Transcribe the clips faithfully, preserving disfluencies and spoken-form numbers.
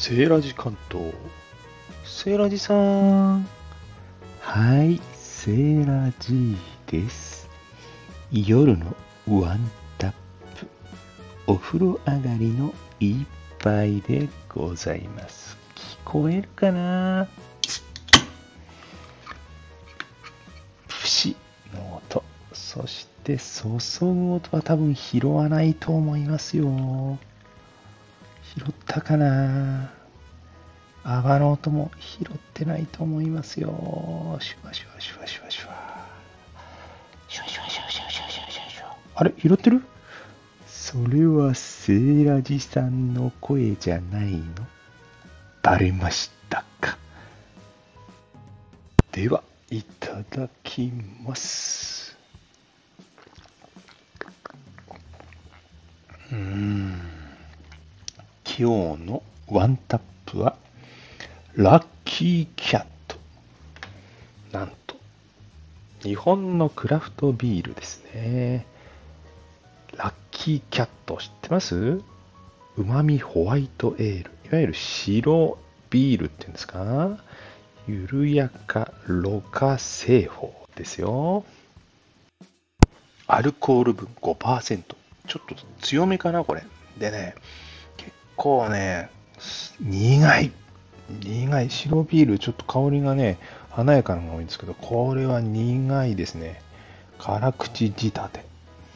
セーラジ関東。セーラジさん。 はい、セーラジーです。夜のワンタップ、お風呂上がりの一杯でございます。聞こえるかな？プシの音、そして注ぐ音は多分拾わないと思いますよ。拾ったかな？泡の音も拾ってないと思いますよ。シュワシュワシュワシュワシュワ。シュワシュワシュワシュワシュワシュワシュワシュワ。あれ、拾ってる？それはセーラジさんの声じゃないの？バレましたか？では、いただきます。うーん。今日のワンタップはラッキーキャット。なんと、日本のクラフトビールですね。ラッキーキャット知ってます？うまみホワイトエール。いわゆる白ビールっていうんですか？緩やかろ過製法ですよ。アルコール分 ごパーセント。ちょっと強めかなこれ。でね、結構ね、苦い。苦い。白ビール、ちょっと香りがね、華やかなのが多いんですけど、これは苦いですね。辛口仕立て。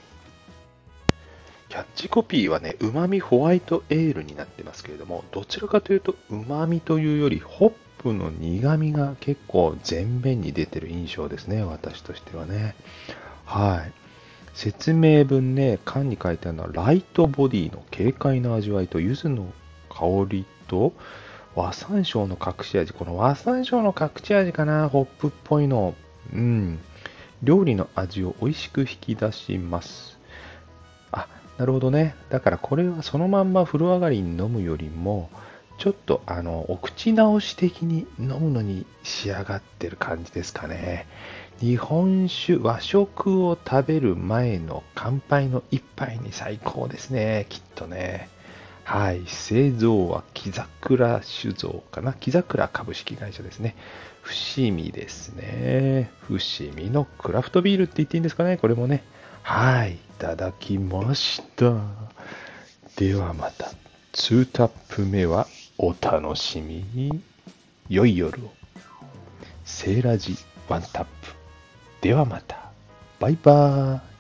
キャッチコピーはね、うまみホワイトエールになってますけれども、どちらかというと、うまみというより、ホップの苦みが結構前面に出てる印象ですね、私としてはね。はい。説明文ね、缶に書いてあるのは、ライトボディの軽快な味わいと、柚子の香りと、和山椒の隠し味。この和山椒の隠し味かな、ホップっぽいの。うん。料理の味を美味しく引き出します。あ、なるほどね。だからこれはそのまんま風呂上がりに飲むよりも、ちょっとあの、お口直し的に飲むのに仕上がってる感じですかね。日本酒、和食を食べる前の乾杯の一杯に最高ですね。きっとね。はい。製造は木桜酒造かな。木桜株式会社ですね。伏見ですね。伏見のクラフトビールって言っていいんですかね。これもね。はい。いただきました。ではまた。にタップ目はお楽しみに。良い夜を。セーラジワンタップ。ではまた。バイバーイ。